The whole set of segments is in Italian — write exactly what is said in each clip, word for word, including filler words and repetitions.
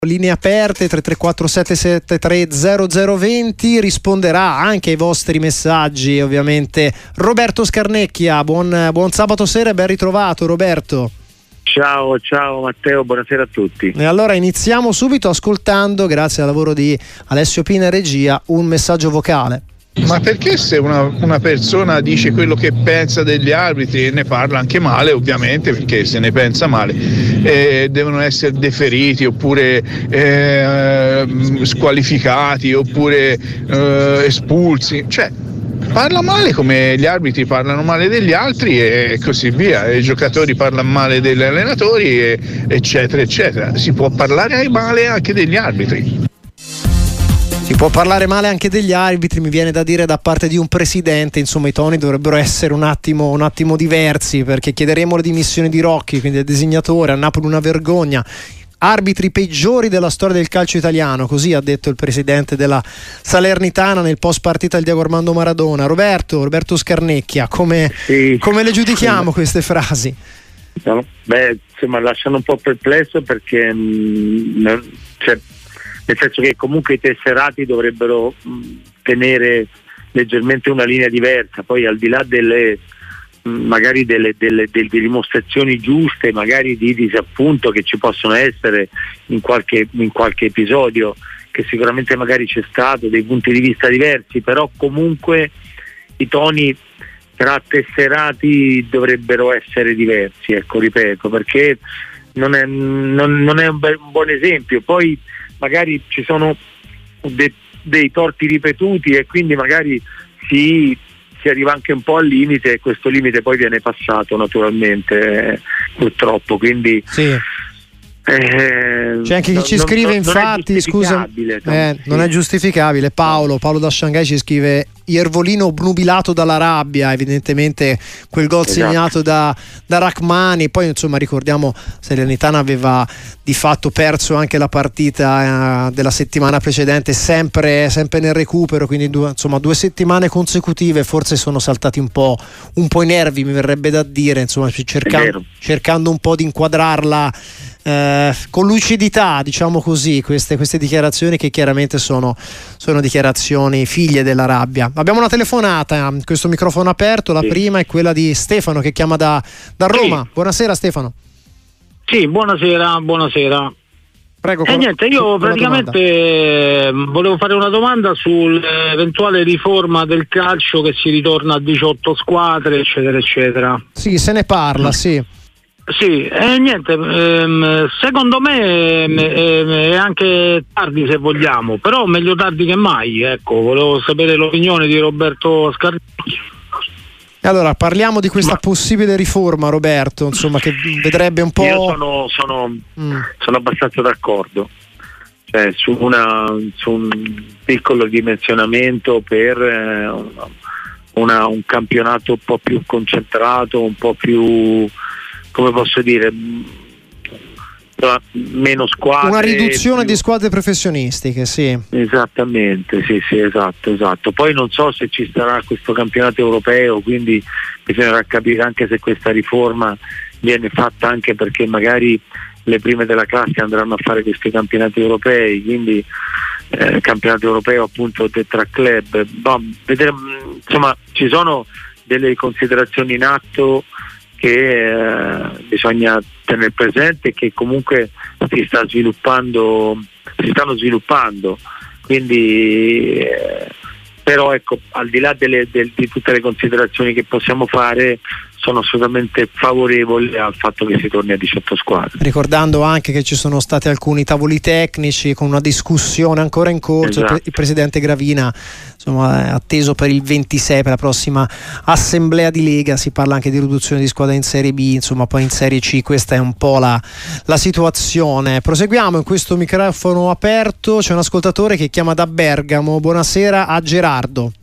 Linee aperte tre tre quattro sette sette tre zero zero due zero. Risponderà anche ai vostri messaggi ovviamente Roberto Scarnecchia. Buon, buon sabato sera e ben ritrovato Roberto. Ciao, ciao Matteo, buonasera a tutti. E allora iniziamo subito ascoltando, grazie al lavoro di Alessio Pina in regia, un messaggio vocale. Ma perché se una, una persona dice quello che pensa degli arbitri e ne parla anche male, ovviamente, perché se ne pensa male, eh, devono essere deferiti oppure eh, squalificati oppure eh, espulsi? Cioè, parla male come gli arbitri parlano male degli altri e così via, i giocatori parlano male degli allenatori e, eccetera eccetera. Si può parlare male anche degli arbitri. Si può parlare male anche degli arbitri, mi viene da dire da parte di un presidente, insomma i toni dovrebbero essere un attimo, un attimo diversi, perché chiederemo le dimissioni di Rocchi, quindi il disegnatore, a Napoli una vergogna. Arbitri peggiori della storia del calcio italiano, così ha detto il presidente della Salernitana nel post partita al Diego Armando Maradona. Roberto, Roberto Scarnecchia, come, sì. come le giudichiamo queste frasi? No, beh, insomma lasciano un po' perplesso perché mh, cioè, nel senso che comunque i tesserati dovrebbero mh, tenere leggermente una linea diversa, poi al di là delle mh, magari delle, delle, delle dimostrazioni giuste, magari di disappunto che ci possono essere in qualche, in qualche episodio, che sicuramente magari c'è stato, dei punti di vista diversi, però comunque i toni tra tesserati dovrebbero essere diversi, ecco, ripeto, perché non è, non, non è un, bel, un buon esempio. Poi magari ci sono de, dei torti ripetuti e quindi magari si, si arriva anche un po' al limite e questo limite poi viene passato naturalmente, eh, purtroppo, quindi sì. Eh, c'è anche chi non, ci scrive non, infatti non scusa eh, sì. non è giustificabile. Paolo, Paolo da Shanghai ci scrive: Iervolino obnubilato dalla rabbia, evidentemente quel gol esatto. segnato da, da Rachmani. Poi insomma ricordiamo Salernitana aveva di fatto perso anche la partita eh, della settimana precedente, sempre, sempre nel recupero, quindi due, insomma due settimane consecutive forse sono saltati un po', un po' i nervi, mi verrebbe da dire, insomma cercando, cercando un po' di inquadrarla Eh, con lucidità, diciamo così, queste, queste dichiarazioni che chiaramente sono, sono dichiarazioni figlie della rabbia. Abbiamo una telefonata, questo microfono aperto, la sì. prima è quella di Stefano che chiama da, da Roma. Sì. Buonasera Stefano. Sì, buonasera, buonasera. Prego. E eh, niente, io praticamente volevo fare una domanda sull'eventuale riforma del calcio, che si ritorna a diciotto squadre, eccetera, eccetera. Sì, se ne parla, sì. Sì, e eh, niente, ehm, secondo me eh, è anche tardi se vogliamo, però meglio tardi che mai, ecco, volevo sapere l'opinione di Roberto Scarnecchia. Allora, parliamo di questa Ma... possibile riforma, Roberto, insomma, che vedrebbe un po'... Io sono, sono, mm. sono abbastanza d'accordo, cioè su, una, su un piccolo dimensionamento per eh, una, un campionato un po' più concentrato, un po' più... come posso dire, meno squadre, una riduzione più... di squadre professionistiche, sì. Esattamente, sì, sì, esatto, esatto. Poi non so se ci sarà questo campionato europeo, quindi bisognerà capire anche se questa riforma viene fatta anche perché magari le prime della classe andranno a fare questi campionati europei, quindi eh, campionato europeo appunto tra club. Boh, vedremo, insomma, ci sono delle considerazioni in atto che eh, bisogna tenere presente e che comunque si sta sviluppando, si stanno sviluppando, quindi eh, però ecco, al di là delle, del, di tutte le considerazioni che possiamo fare, sono assolutamente favorevoli al fatto che si torni a diciotto squadre. Ricordando anche che ci sono stati alcuni tavoli tecnici con una discussione ancora in corso, esatto. Il presidente Gravina insomma è atteso per il ventisei, per la prossima assemblea di Lega. Si parla anche di riduzione di squadre in Serie B, insomma poi in Serie C. Questa è un po' la, la situazione. Proseguiamo in questo microfono aperto, c'è un ascoltatore che chiama da Bergamo. Buonasera a Gerardo.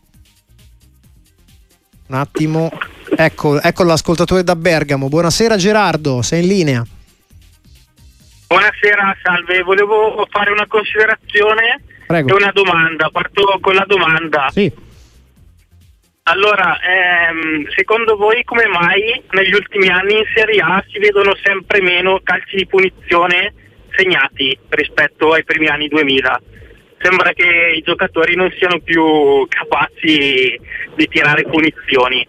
Un attimo, ecco, ecco l'ascoltatore da Bergamo. Buonasera Gerardo, sei in linea. Buonasera, salve, volevo fare una considerazione. Prego. E una domanda, parto con la domanda. Sì. Allora, ehm, secondo voi come mai negli ultimi anni in Serie A si vedono sempre meno calci di punizione rassegnati rispetto ai primi anni duemila. Sembra che i giocatori non siano più capaci di tirare punizioni.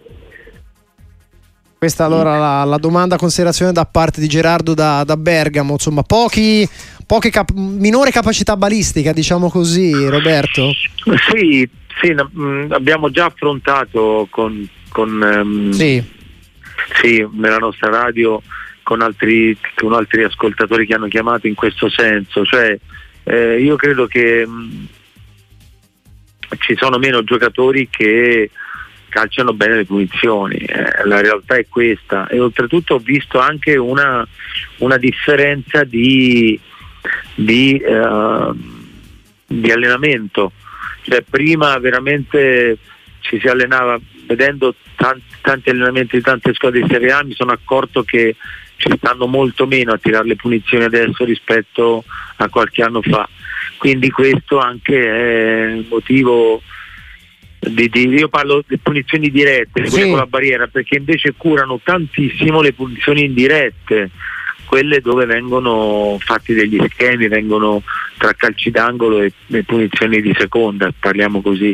Questa allora la, la domanda a considerazione da parte di Gerardo da, da Bergamo, insomma pochi, poche cap- minore capacità balistica, diciamo così, Roberto? Sì, sì, mh, abbiamo già affrontato con, con um, sì. sì, nella nostra radio con altri, con altri ascoltatori che hanno chiamato in questo senso, cioè eh, io credo che mh, ci sono meno giocatori che calciano bene le punizioni, eh, la realtà è questa, e oltretutto ho visto anche una, una differenza di, di, eh, di allenamento, cioè prima veramente ci si allenava vedendo tanti, tanti allenamenti di tante squadre di Serie A, mi sono accorto che ci stanno molto meno a tirare le punizioni adesso rispetto a qualche anno fa, quindi questo anche è un motivo. Di, di, io parlo di punizioni dirette, quelle sì. con la barriera, perché invece curano tantissimo le punizioni indirette, quelle dove vengono fatti degli schemi, vengono tra calci d'angolo e, e punizioni di seconda, parliamo così.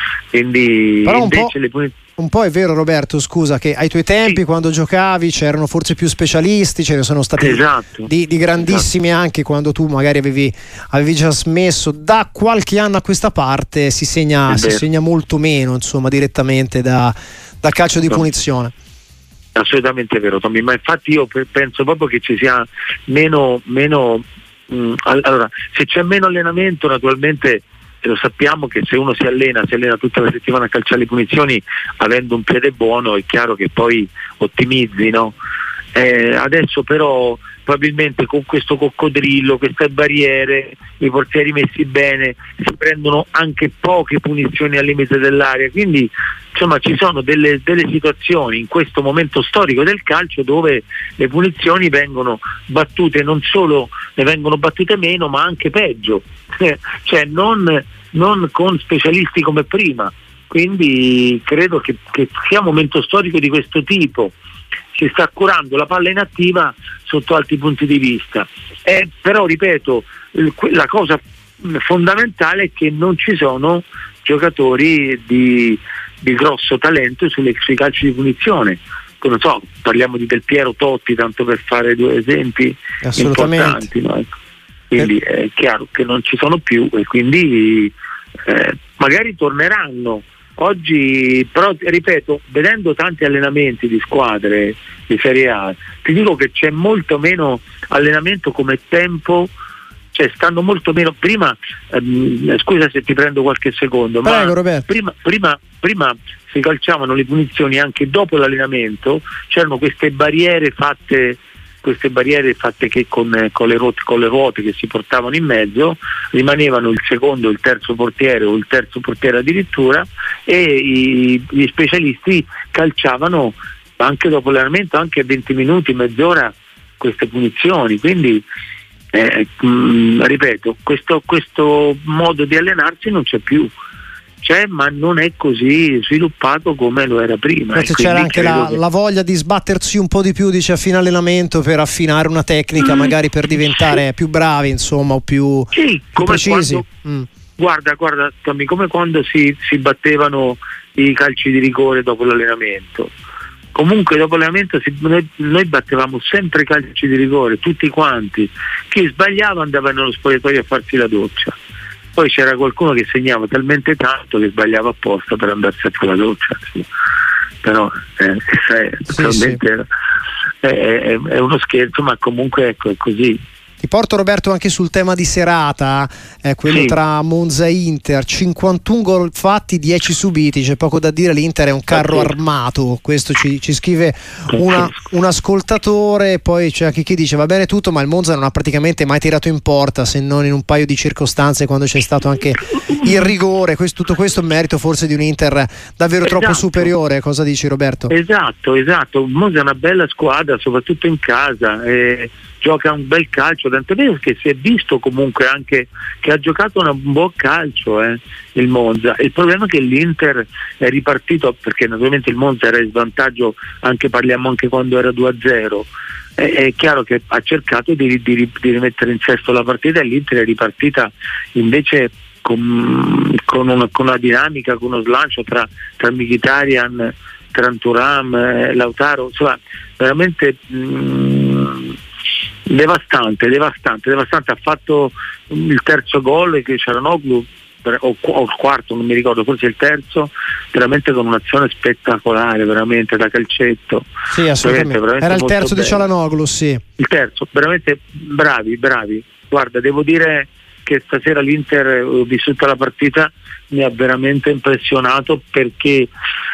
Quindi però invece un po', le punizioni... un po' è vero, Roberto, scusa, che ai tuoi tempi sì. quando giocavi c'erano forse più specialisti, ce ne sono stati esatto. di, di grandissimi esatto. anche quando tu magari avevi, avevi già smesso. Da qualche anno a questa parte si segna, si segna molto meno, insomma, direttamente da, da calcio di punizione. Assolutamente vero, Tommy, ma infatti io penso proprio che ci sia meno, meno mh, allora, se c'è meno allenamento naturalmente lo sappiamo che se uno si allena, si allena tutta la settimana a calciare le punizioni avendo un piede buono, è chiaro che poi ottimizzi, no? Eh, adesso però probabilmente con questo coccodrillo, queste barriere, i portieri messi bene, si prendono anche poche punizioni al limite dell'area, quindi insomma ci sono delle, delle situazioni in questo momento storico del calcio dove le punizioni vengono battute, non solo ne vengono battute meno ma anche peggio, cioè non, non con specialisti come prima, quindi credo che, che sia un momento storico di questo tipo. Si sta curando la palla inattiva sotto altri punti di vista, eh, però ripeto, la cosa fondamentale è che non ci sono giocatori di, di grosso talento sulle, sui calci di punizione. Non so, parliamo di Del Piero, Totti, tanto per fare due esempi importanti, no? Quindi eh. è chiaro che non ci sono più e quindi eh, magari torneranno. Oggi però, ripeto, vedendo tanti allenamenti di squadre di Serie A, ti dico che c'è molto meno allenamento come tempo, cioè stanno molto meno. Prima, ehm, scusa se ti prendo qualche secondo, Prego, ma Roberto. prima, prima, prima si calciavano le punizioni anche dopo l'allenamento, c'erano queste barriere fatte queste barriere fatte che con, con, le ruote, con le ruote che si portavano in mezzo, rimanevano il secondo, il terzo portiere o il terzo portiere addirittura, e i, gli specialisti calciavano anche dopo l'allenamento, anche venti minuti, mezz'ora, queste punizioni. Quindi eh, mh, ripeto, questo, questo modo di allenarsi non c'è più. C'è, ma non è così sviluppato come lo era prima. Forse c'era anche la, che... la voglia di sbattersi un po' di più, dice, a fine allenamento per affinare una tecnica, mm, magari per diventare sì. più bravi, insomma, o più, sì, più precisi. Quando, mm. Guarda, guarda, Tommy, come quando si, si battevano i calci di rigore dopo l'allenamento. Comunque dopo l'allenamento si, noi, noi battevamo sempre i calci di rigore, tutti quanti. Chi sbagliava andava nello spogliatoio a farsi la doccia. Poi c'era qualcuno che segnava talmente tanto che sbagliava apposta per andarsi a fare la doccia, sì. Però eh, è, sì, sì. È, è, è uno scherzo, ma comunque ecco, è così. Ti porto, Roberto, anche sul tema di serata, eh, quello sì. tra Monza e Inter. Cinquantuno gol fatti, dieci subiti, c'è poco da dire, l'Inter è un carro armato, questo ci, ci scrive una, un ascoltatore. Poi c'è anche chi dice va bene tutto, ma il Monza non ha praticamente mai tirato in porta, se non in un paio di circostanze quando c'è stato anche il rigore. Questo, tutto questo è merito forse di un Inter davvero esatto. troppo superiore. Cosa dici, Roberto? Esatto, esatto. Il Monza è una bella squadra, soprattutto in casa, e gioca un bel calcio, tanto è vero che si è visto comunque anche che ha giocato un buon calcio eh, il Monza. Il problema è che l'Inter è ripartito, perché naturalmente il Monza era in svantaggio, anche parliamo anche quando era due a zero. È, è chiaro che ha cercato di, di, di rimettere in sesto la partita, e l'Inter è ripartita invece con, con, una, con una dinamica, con uno slancio tra, tra Mkhitaryan, tra Thuram, eh, Lautaro, insomma veramente mh, devastante, devastante, devastante. Ha fatto il terzo gol che Çalhanoğlu, o, o il quarto, non mi ricordo, forse il terzo, veramente con un'azione spettacolare, veramente da calcetto. Sì, assolutamente. Veramente, veramente era il terzo bello. Di Çalhanoğlu, sì. Il terzo, veramente bravi, bravi. Guarda, devo dire che stasera l'Inter, ho vissuto la partita, mi ha veramente impressionato, perché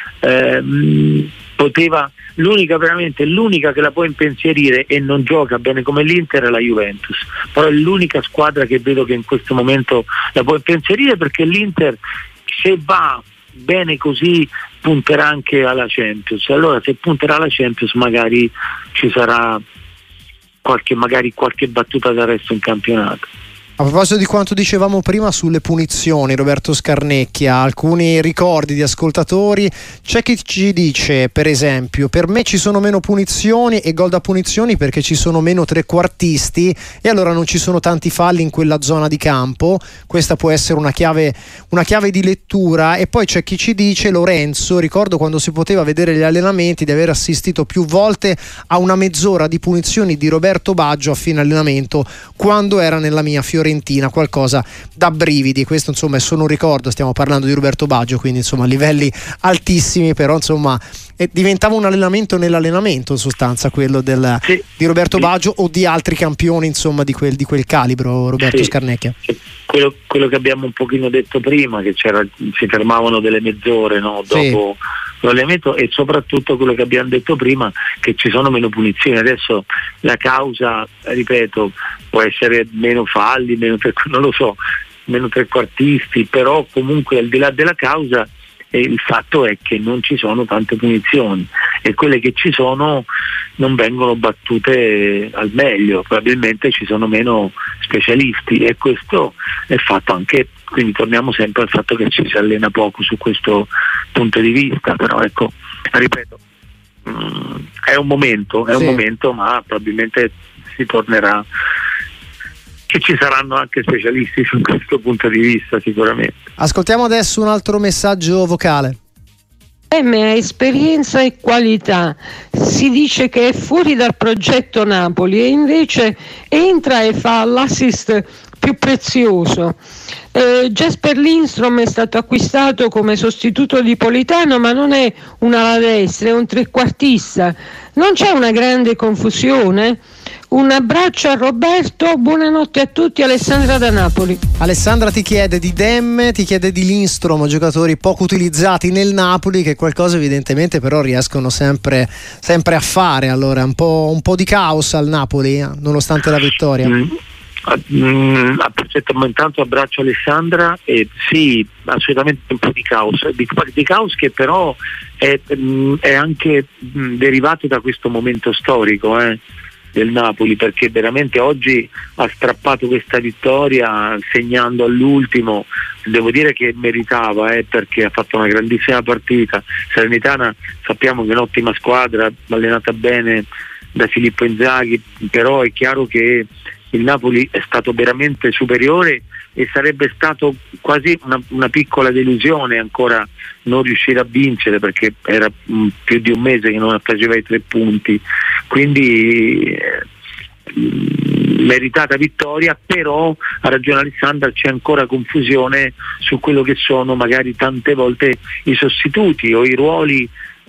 ehm, poteva, l'unica veramente l'unica che la può impensierire e non gioca bene come l'Inter è la Juventus, però è l'unica squadra che vedo che in questo momento la può impensierire, perché l'Inter, se va bene così, punterà anche alla Champions. Allora se punterà alla Champions magari ci sarà qualche, magari qualche battuta d'arresto in campionato. A proposito di quanto dicevamo prima sulle punizioni, Roberto Scarnecchia, alcuni ricordi di ascoltatori. C'è chi ci dice, per esempio, per me ci sono meno punizioni e gol da punizioni perché ci sono meno trequartisti e allora non ci sono tanti falli in quella zona di campo. Questa può essere una chiave, una chiave di lettura. E poi c'è chi ci dice, Lorenzo, ricordo quando si poteva vedere gli allenamenti di aver assistito più volte a una mezz'ora di punizioni di Roberto Baggio a fine allenamento quando era nella mia Fiorentina. Qualcosa da brividi. Questo insomma è solo un ricordo, stiamo parlando di Roberto Baggio, quindi insomma livelli altissimi, però insomma eh, diventava un allenamento nell'allenamento in sostanza quello del, sì, di Roberto sì. Baggio o di altri campioni insomma di quel, di quel calibro, Roberto sì. Scarnecchia. Sì. Quello, quello che abbiamo un pochino detto prima, che c'era, si fermavano delle mezz'ore, no, dopo sì. l'allenamento, e soprattutto quello che abbiamo detto prima, che ci sono meno punizioni. Adesso la causa, ripeto, può essere meno falli, meno tre, non lo so, meno trequartisti, però comunque al di là della causa eh, il fatto è che non ci sono tante punizioni, e quelle che ci sono non vengono battute al meglio, probabilmente ci sono meno specialisti, e questo è fatto anche, quindi torniamo sempre al fatto che ci si allena poco su questo punto di vista. Però ecco, ripeto, mh, è un momento, è sì. un momento, ma probabilmente si tornerà, che ci saranno anche specialisti su questo punto di vista sicuramente. Ascoltiamo adesso un altro messaggio vocale. M ha esperienza e qualità, si dice che è fuori dal progetto Napoli e invece entra e fa l'assist più prezioso. Eh, Jesper Lindstrom è stato acquistato come sostituto di Politano, ma non è un ala destra, è un trequartista. Non c'è una grande confusione? Un abbraccio a Roberto, buonanotte a tutti, Alessandra da Napoli. Alessandra ti chiede di Dem, ti chiede di Lindstrom, giocatori poco utilizzati nel Napoli, che qualcosa evidentemente però riescono sempre, sempre a fare. Allora un po', un po' di caos al Napoli, nonostante la vittoria. Mm. Mm, intanto abbraccio Alessandra, e sì, assolutamente un po' di caos, di, di caos che però è, è anche derivato da questo momento storico eh, del Napoli, perché veramente oggi ha strappato questa vittoria segnando all'ultimo. Devo dire che meritava eh, perché ha fatto una grandissima partita. Salernitana sappiamo che è un'ottima squadra, allenata bene da Filippo Inzaghi, però è chiaro che il Napoli è stato veramente superiore, e sarebbe stato quasi una, una piccola delusione ancora non riuscire a vincere, perché era mh, più di un mese che non faceva i tre punti, quindi eh, mh, meritata vittoria. Però ha ragione Alessandra, c'è ancora confusione su quello che sono magari tante volte i sostituti o i ruoli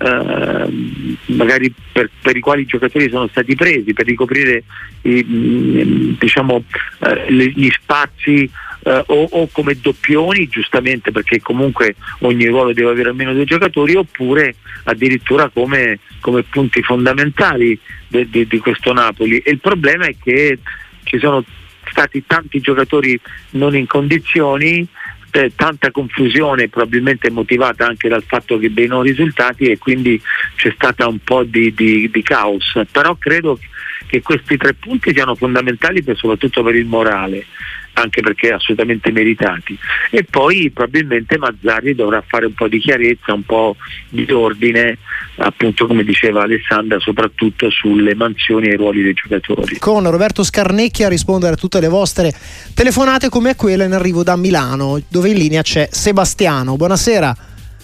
Uh, magari per, per i quali i giocatori sono stati presi per ricoprire i, mh, diciamo uh, gli spazi uh, o, o come doppioni, giustamente, perché comunque ogni ruolo deve avere almeno due giocatori, oppure addirittura come, come punti fondamentali de, de, di questo Napoli. E il problema è che ci sono stati tanti giocatori non in condizioni, eh, tanta confusione, probabilmente motivata anche dal fatto che dei non risultati, e quindi c'è stata un po' di, di, di caos, però credo che questi tre punti siano fondamentali per, soprattutto per il morale, anche perché assolutamente meritati, e poi probabilmente Mazzarri dovrà fare un po' di chiarezza, un po' di ordine, appunto come diceva Alessandra, soprattutto sulle mansioni e i ruoli dei giocatori. Con Roberto Scarnecchia a rispondere a tutte le vostre telefonate, come a quella in arrivo da Milano, dove in linea c'è Sebastiano. Buonasera.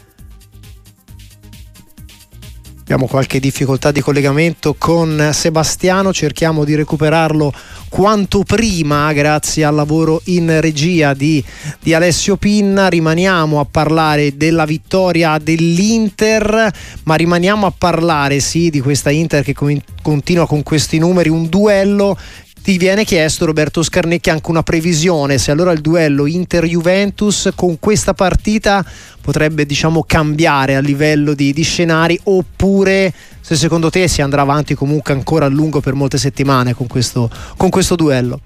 Abbiamo qualche difficoltà di collegamento con Sebastiano, cerchiamo di recuperarlo quanto prima grazie al lavoro in regia di, di Alessio Pinna. Rimaniamo a parlare della vittoria dell'Inter, ma rimaniamo a parlare sì di questa Inter che com- continua con questi numeri, un duello. Ti viene chiesto, Roberto Scarnecchia, anche una previsione, se allora il duello Inter-Juventus con questa partita potrebbe, diciamo, cambiare a livello di, di scenari, oppure se secondo te si andrà avanti comunque ancora a lungo per molte settimane con questo, con questo duello.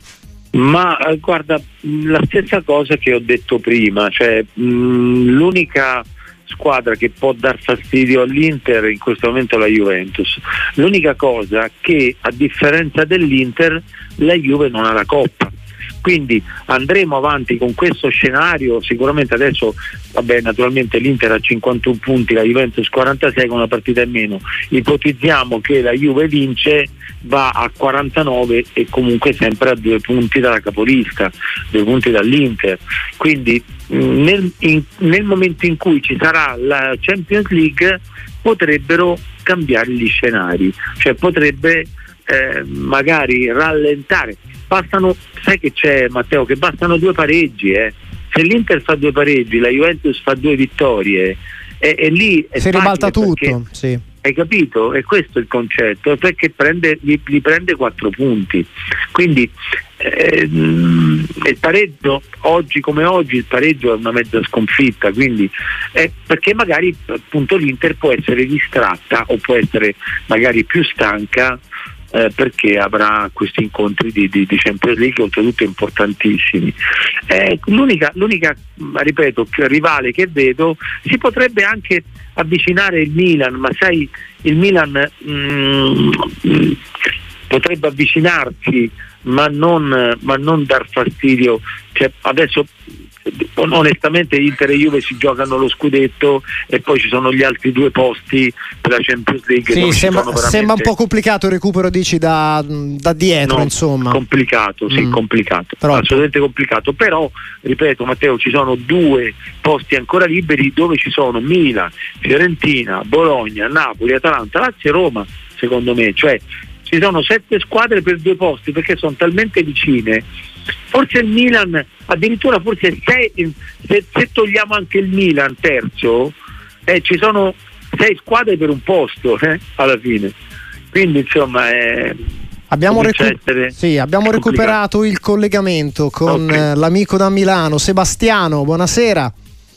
Ma eh, guarda, la stessa cosa che ho detto prima, cioè mh, l'unica squadra che può dar fastidio all'Inter in questo momento è la Juventus. L'unica cosa che, a differenza dell'Inter, la Juve non ha la Coppa, quindi andremo avanti con questo scenario. Sicuramente adesso, vabbè, naturalmente l'Inter ha cinquantuno punti, la Juventus quarantasei con una partita in meno, ipotizziamo che la Juve vince, va a quarantanove e comunque sempre a due punti dalla capolista, due punti dall'Inter, quindi nel, in, nel momento in cui ci sarà la Champions League potrebbero cambiare gli scenari, cioè potrebbe eh, magari rallentare. Bastano, sai che c'è, Matteo, che bastano due pareggi, eh. Se l'Inter fa due pareggi, la Juventus fa due vittorie, e, e lì è si ribalta tutto, perché, sì. Hai capito? E questo è il concetto, perché prende, gli, gli prende quattro punti. Quindi eh, il pareggio, oggi come oggi, il pareggio è una mezza sconfitta, quindi eh, perché magari appunto l'Inter può essere distratta o può essere magari più stanca, eh, perché avrà questi incontri di, di, di Champions League, oltretutto importantissimi. Eh, l'unica, l'unica, ripeto, rivale che vedo, si potrebbe anche avvicinare il Milan, ma sai, il Milan mm, mm, potrebbe avvicinarsi, ma non, ma non dar fastidio. Cioè, adesso onestamente Inter e Juve si giocano lo scudetto e poi ci sono gli altri due posti per la Champions League. Sì, sembra, veramente... sembra un po' complicato il recupero, dici, da, da dietro, no, insomma. Complicato, sì, mm. complicato, Troppo. assolutamente complicato, però ripeto, Matteo, ci sono due posti ancora liberi dove ci sono Milan, Fiorentina, Bologna, Napoli, Atalanta, Lazio e Roma, secondo me, cioè ci sono sette squadre per due posti, perché sono talmente vicine. Forse il Milan, addirittura forse sei, se, se togliamo anche il Milan terzo, eh, ci sono sei squadre per un posto, eh, alla fine. Quindi insomma eh, abbiamo, recu- sì, abbiamo recuperato il collegamento con okay. l'amico da Milano, Sebastiano. Buonasera.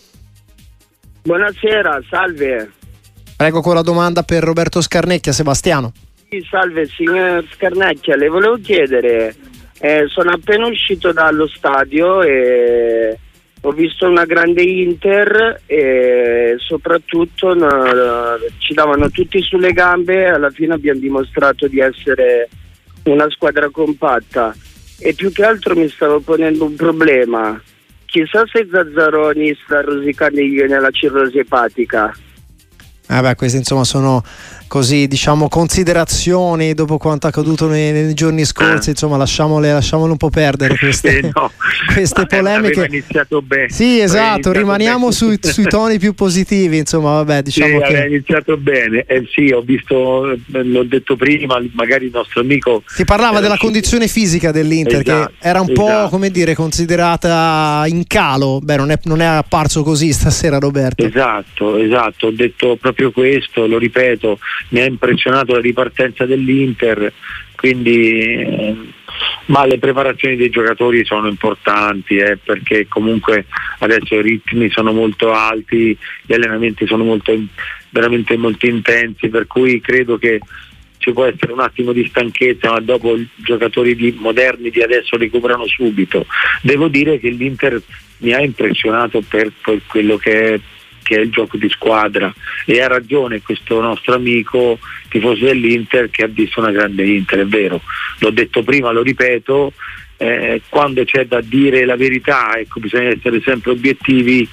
Buonasera, salve. Prego con la domanda per Roberto Scarnecchia, Sebastiano. Sì, salve signor Scarnecchia, le volevo chiedere, eh, sono appena uscito dallo stadio e ho visto una grande Inter e soprattutto no, ci davano tutti sulle gambe, e alla fine abbiamo dimostrato di essere una squadra compatta, e più che altro mi stavo ponendo un problema: chissà se Zazzaroni sta rosicandogli nella cirrosi epatica. Eh beh, queste insomma sono così, diciamo, considerazioni dopo quanto accaduto nei, nei giorni scorsi, insomma lasciamole, lasciamole un po' perdere queste, eh no. queste polemiche. Aveva iniziato bene. Sì, esatto, rimaniamo sui, sui toni più positivi, insomma, vabbè, diciamo sì, che aveva iniziato bene, eh, sì, ho visto, l'ho detto prima, magari il nostro amico si parlava della uscito. condizione fisica dell'Inter, esatto, che era un esatto. po', come dire, considerata in calo. Beh, non è, non è apparso così stasera, Roberto. Esatto, esatto, ho detto proprio questo, lo ripeto, mi ha impressionato la ripartenza dell'Inter, quindi eh, ma le preparazioni dei giocatori sono importanti, eh, perché comunque adesso i ritmi sono molto alti, gli allenamenti sono molto, veramente molto intensi, per cui credo che ci può essere un attimo di stanchezza, ma dopo i giocatori di, moderni di adesso recuperano subito. Devo dire che l'Inter mi ha impressionato per, per quello che è, che è il gioco di squadra, e ha ragione questo nostro amico tifoso dell'Inter che ha visto una grande Inter, è vero, l'ho detto prima, lo ripeto, eh, quando c'è da dire la verità, ecco, bisogna essere sempre obiettivi,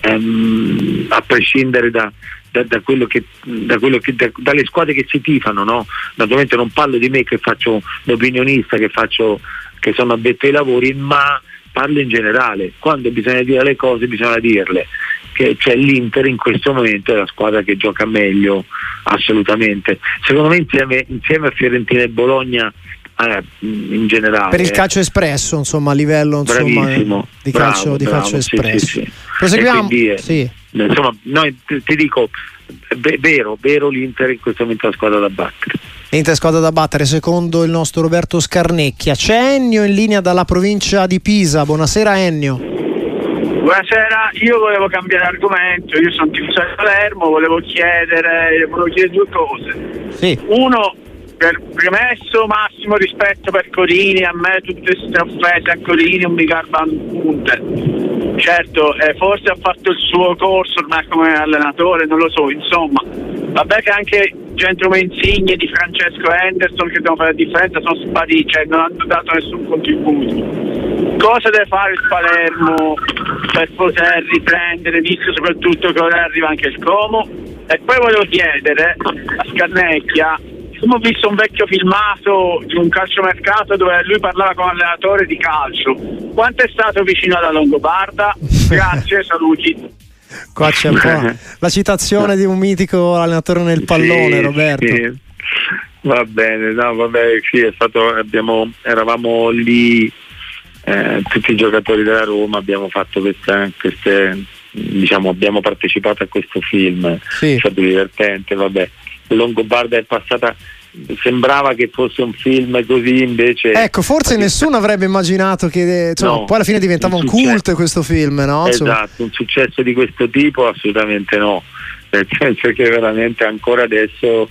ehm, a prescindere da Da, da quello che, da quello che da, dalle squadre che si tifano, no? Naturalmente non parlo di me che faccio l'opinionista, che faccio che sono addetto ai lavori, ma parlo in generale. Quando bisogna dire le cose bisogna dirle, che c'è l'Inter in questo momento è la squadra che gioca meglio, assolutamente, secondo me insieme, insieme a Fiorentina e Bologna, eh, in generale per il calcio espresso, insomma, a livello, insomma, di bravo, calcio, di bravo, calcio sì, espresso. sì, sì. Proseguiamo. Quindi, eh, sì. Insomma, noi ti, ti dico, è vero, vero, l'Inter in questo momento è la squadra da battere. L'Inter squadra da battere secondo il nostro Roberto Scarnecchia. C'è Ennio in linea dalla provincia di Pisa. Buonasera Ennio. Buonasera, io volevo cambiare argomento, io sono tifoso di Palermo, volevo chiedere, volevo chiedere due cose. Sì. Uno, per premesso, massimo rispetto per Corini, a me tutte queste offese a Corini non mi garbano punte. Certo, eh, forse ha fatto il suo corso ormai come allenatore, non lo so, insomma. Vabbè che anche gente come Insigne, di Francesco Henderson, che devono fare la differenza, sono spariti, cioè non hanno dato nessun contributo. Cosa deve fare il Palermo per poter riprendere, visto soprattutto che ora arriva anche il Como? E poi volevo chiedere a Scarnecchia, ho visto un vecchio filmato di un calciomercato dove lui parlava con allenatore di calcio. Quanto è stato vicino alla Longobarda? Grazie, saluti. Qua c'è un po' la citazione di un mitico allenatore nel pallone, sì, Roberto. Sì. Va bene, no, vabbè, sì, è stato, abbiamo, eravamo lì, eh, tutti i giocatori della Roma, abbiamo fatto queste, queste diciamo, abbiamo partecipato a questo film, sì. È stato divertente, vabbè. Longobarda è passata, sembrava che fosse un film così, invece ecco, forse nessuno avrebbe immaginato che, insomma, no, poi alla fine diventava un, un cult questo film, no? Esatto, un successo di questo tipo assolutamente no, nel senso che veramente ancora adesso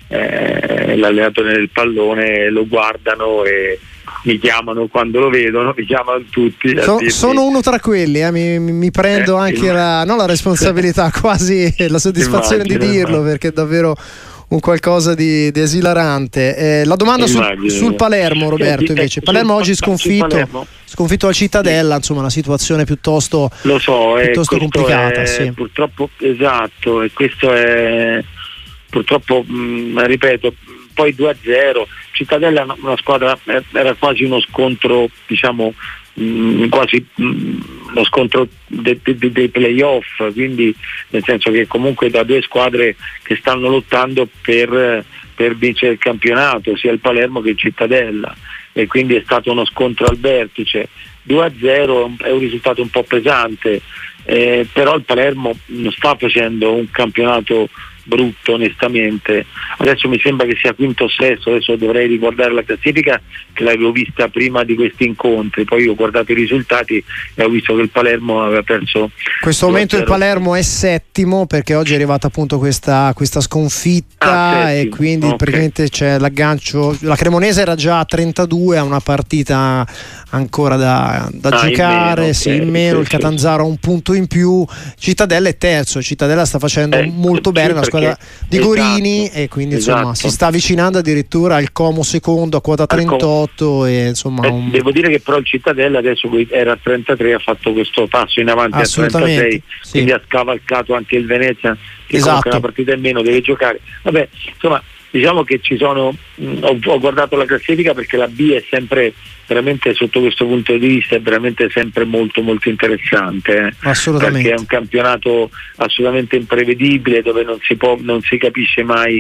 eh, l'allenatore del pallone lo guardano e mi chiamano quando lo vedono, mi chiamano tutti. So, sono uno tra quelli, eh, mi, mi prendo eh, anche la, non la responsabilità, quasi la soddisfazione immagino, di dirlo, perché è davvero un qualcosa di, di esilarante. Eh, la domanda sul, sul Palermo, Roberto, invece. Palermo oggi sconfitto, sconfitto al Cittadella, insomma una situazione piuttosto, lo so, piuttosto eh, complicata. È, sì. Purtroppo, esatto, e questo è purtroppo, mh, ripeto, poi due a zero. Cittadella è una squadra, era quasi uno scontro, diciamo, mh, quasi mh, lo scontro dei de, de, de playoff, quindi nel senso che comunque da due squadre che stanno lottando per, per vincere il campionato, sia il Palermo che il Cittadella, e quindi è stato uno scontro al vertice. due a zero è un risultato un po' pesante, eh, però il Palermo non sta facendo un campionato brutto, onestamente. Adesso mi sembra che sia quinto o sesto, adesso dovrei riguardare la classifica che l'avevo vista prima di questi incontri, poi ho guardato i risultati e ho visto che il Palermo aveva perso. In questo momento il Palermo è settimo, perché oggi è arrivata appunto questa, questa sconfitta, ah, e quindi okay. praticamente c'è l'aggancio. La Cremonese era già a trentadue, ha una partita ancora da, da ah, giocare, in meno, sì, okay, in meno, il Catanzaro ha un punto in più, Cittadella è terzo, Cittadella sta facendo eh, molto bene, una squadra di esatto, Gorini, e quindi insomma esatto. si sta avvicinando addirittura al Como secondo a quota trentotto, e insomma eh, un... devo dire che però il Cittadella adesso era a trentatré, ha fatto questo passo in avanti a trentasei, sì. quindi ha scavalcato anche il Venezia, che esatto. comunque una partita in meno deve giocare. Vabbè, insomma, diciamo che ci sono, mh, ho, ho guardato la classifica perché la B è sempre veramente, sotto questo punto di vista, è veramente sempre molto molto interessante, eh? Assolutamente, perché è un campionato assolutamente imprevedibile, dove non si può, non si capisce mai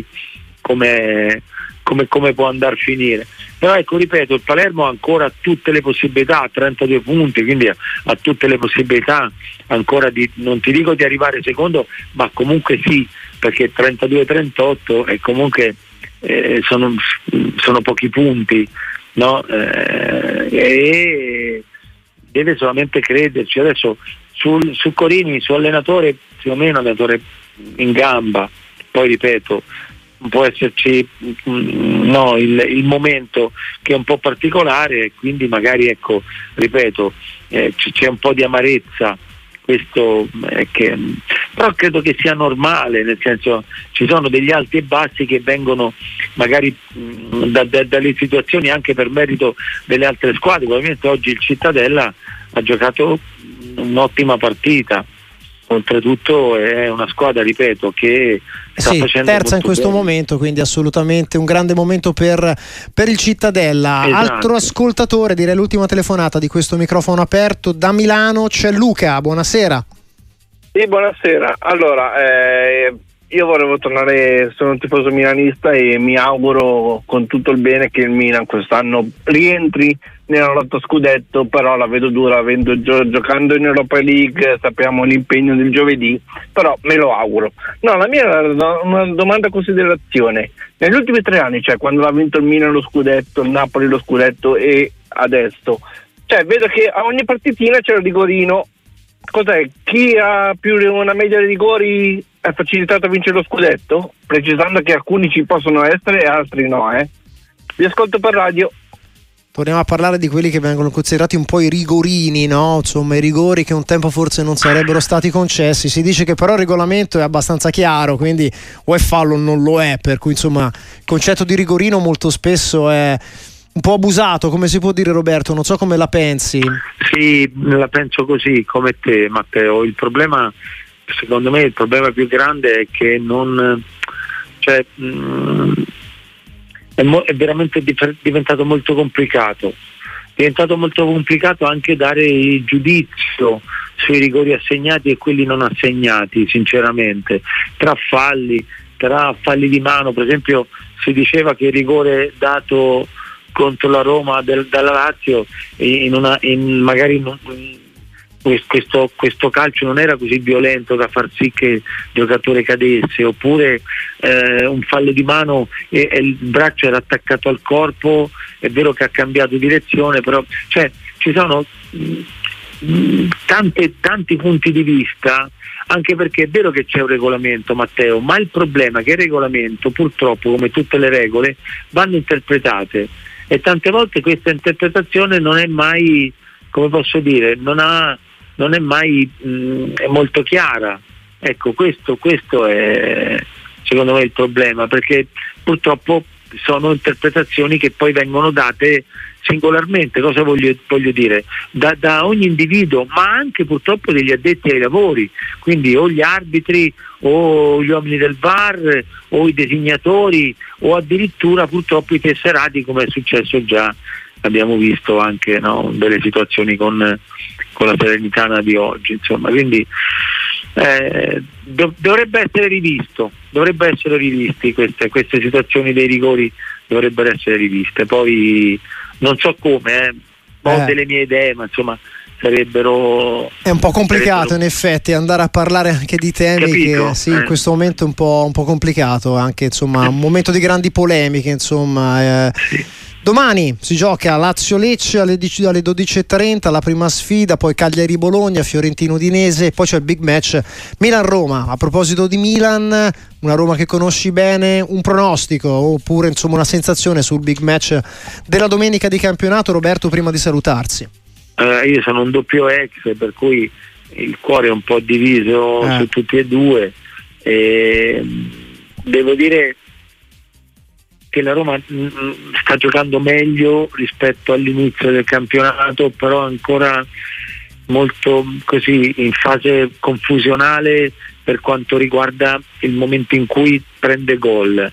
come, come, come può andare a finire. Però ecco, ripeto, il Palermo ha ancora tutte le possibilità, ha trentadue punti, quindi ha, ha tutte le possibilità ancora di, non ti dico di arrivare secondo, ma comunque sì, perché trentadue trentotto e comunque eh, sono, sono pochi punti, no? Eh, e deve solamente crederci. Adesso sul, su Corini, su allenatore, secondo me è un allenatore in gamba, poi ripeto, può esserci mh, no, il, il momento che è un po' particolare, e quindi magari, ecco, ripeto, eh, c- c'è un po' di amarezza. Questo è che, però credo che sia normale, nel senso, ci sono degli alti e bassi che vengono magari mh, da, da, dalle situazioni anche per merito delle altre squadre. Probabilmente oggi il Cittadella ha giocato un'ottima partita, oltretutto è una squadra, ripeto, che sta sì, facendo terza in questo bene. momento, quindi assolutamente un grande momento per, per il Cittadella. Esatto. Altro ascoltatore, direi l'ultima telefonata di questo microfono aperto, da Milano c'è Luca, buonasera. Sì, buonasera. Allora, eh, io volevo tornare, sono un tifoso milanista e mi auguro con tutto il bene che il Milan quest'anno rientri nella lotta scudetto, però la vedo dura, avendo gio- giocando in Europa League, sappiamo l'impegno del giovedì, però me lo auguro. No, la mia era una domanda a considerazione. Negli ultimi tre anni, cioè quando ha vinto il Milan lo scudetto, il Napoli lo scudetto e adesso, cioè vedo che a ogni partitina c'è il rigorino. Cos'è? Chi ha più una media di rigori è facilitato a vincere lo scudetto? Precisando che alcuni ci possono essere e altri no, eh. Vi ascolto per radio. Torniamo a parlare di quelli che vengono considerati un po' i rigorini, no? Insomma, i rigori che un tempo forse non sarebbero stati concessi. Si dice che però il regolamento è abbastanza chiaro, quindi o è fallo o non lo è, per cui insomma il concetto di rigorino molto spesso è un po' abusato, come si può dire, Roberto? Non so come la pensi. Sì, la penso così come te, Matteo. Il problema, secondo me, il problema più grande è che non, cioè, mh, è, mo- è veramente dif- diventato molto complicato. È diventato molto complicato anche dare il giudizio sui rigori assegnati e quelli non assegnati, sinceramente, tra falli, tra falli di mano. Per esempio, si diceva che il rigore dato contro la Roma del, dalla Lazio in una, in, magari in, in, questo, questo calcio non era così violento da far sì che il giocatore cadesse, oppure eh, un fallo di mano e, e il braccio era attaccato al corpo, è vero che ha cambiato direzione, però cioè, ci sono mh, tante, tanti punti di vista, anche perché è vero che c'è un regolamento, Matteo, ma il problema è che il regolamento, purtroppo, come tutte le regole, vanno interpretate, e tante volte questa interpretazione non è mai, come posso dire, non ha, non è mai mh, è molto chiara. Ecco, questo, questo è secondo me il problema, perché purtroppo sono interpretazioni che poi vengono date singolarmente. Cosa voglio, voglio dire? Da, da ogni individuo, ma anche purtroppo degli addetti ai lavori, quindi o gli arbitri o gli uomini del V A R o i designatori o addirittura purtroppo i tesserati, come è successo già, abbiamo visto anche, no, delle situazioni con, con la Salernitana di oggi, insomma. Quindi eh, dov- dovrebbe essere rivisto, dovrebbe essere rivisti queste, queste situazioni dei rigori, dovrebbero essere riviste. Poi non so come, eh, ho Eh. delle mie idee, ma insomma sarebbero È un po' complicato sarebbero... in effetti andare a parlare anche di temi Capito? che sì, Eh. in questo momento è un po', un po' complicato, anche insomma un momento di grandi polemiche, insomma. Eh. Sì. Domani si gioca Lazio-Lecce alle dodici e trenta, la prima sfida, poi Cagliari-Bologna, Fiorentino-Udinese, poi c'è il big match Milan-Roma. A proposito di Milan, una Roma che conosci bene, un pronostico oppure insomma una sensazione sul big match della domenica di campionato, Roberto, prima di salutarsi? Eh, io sono un doppio ex, per cui il cuore è un po' diviso eh. su tutti e due, e devo dire che la Roma mh, sta giocando meglio rispetto all'inizio del campionato, però ancora molto così in fase confusionale per quanto riguarda il momento in cui prende gol.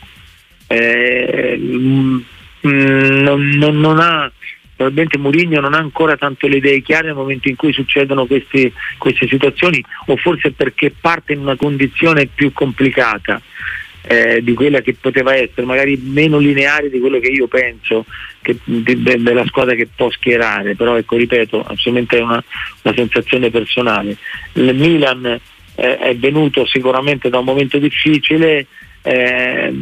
Eh, mh, non, non, non ha probabilmente Mourinho non ha ancora tanto le idee chiare nel momento in cui succedono questi, queste situazioni, o forse perché parte in una condizione più complicata eh, di quella che poteva essere, magari meno lineare di quello che io penso che, de, de, della squadra che può schierare. Però ecco, ripeto, assolutamente è una, una sensazione personale. Il Milan eh, è venuto sicuramente da un momento difficile, eh,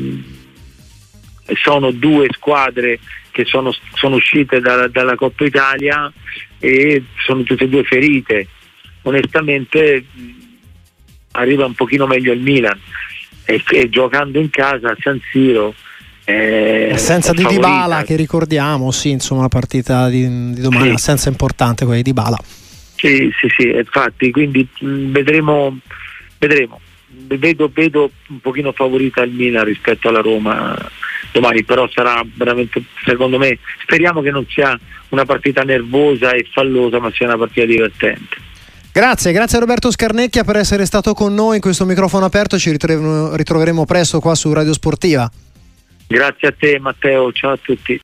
sono due squadre che sono, sono uscite da, dalla Coppa Italia e sono tutte e due ferite. Onestamente arriva un pochino meglio il Milan, e, e giocando in casa a San Siro. Eh, Assenza di favorita. Dybala, che ricordiamo, sì, insomma, la partita di, di domani, sì. assenza importante quella di Dybala. Sì, sì, sì, infatti, quindi mh, vedremo, vedremo. Vedo, vedo un pochino favorita il Milan rispetto alla Roma domani, però sarà veramente, secondo me, speriamo che non sia una partita nervosa e fallosa, ma sia una partita divertente. Grazie, grazie a Roberto Scarnecchia per essere stato con noi in questo microfono aperto, ci ritroveremo, ritroveremo presto qua su Radio Sportiva. Grazie a te Matteo, ciao a tutti.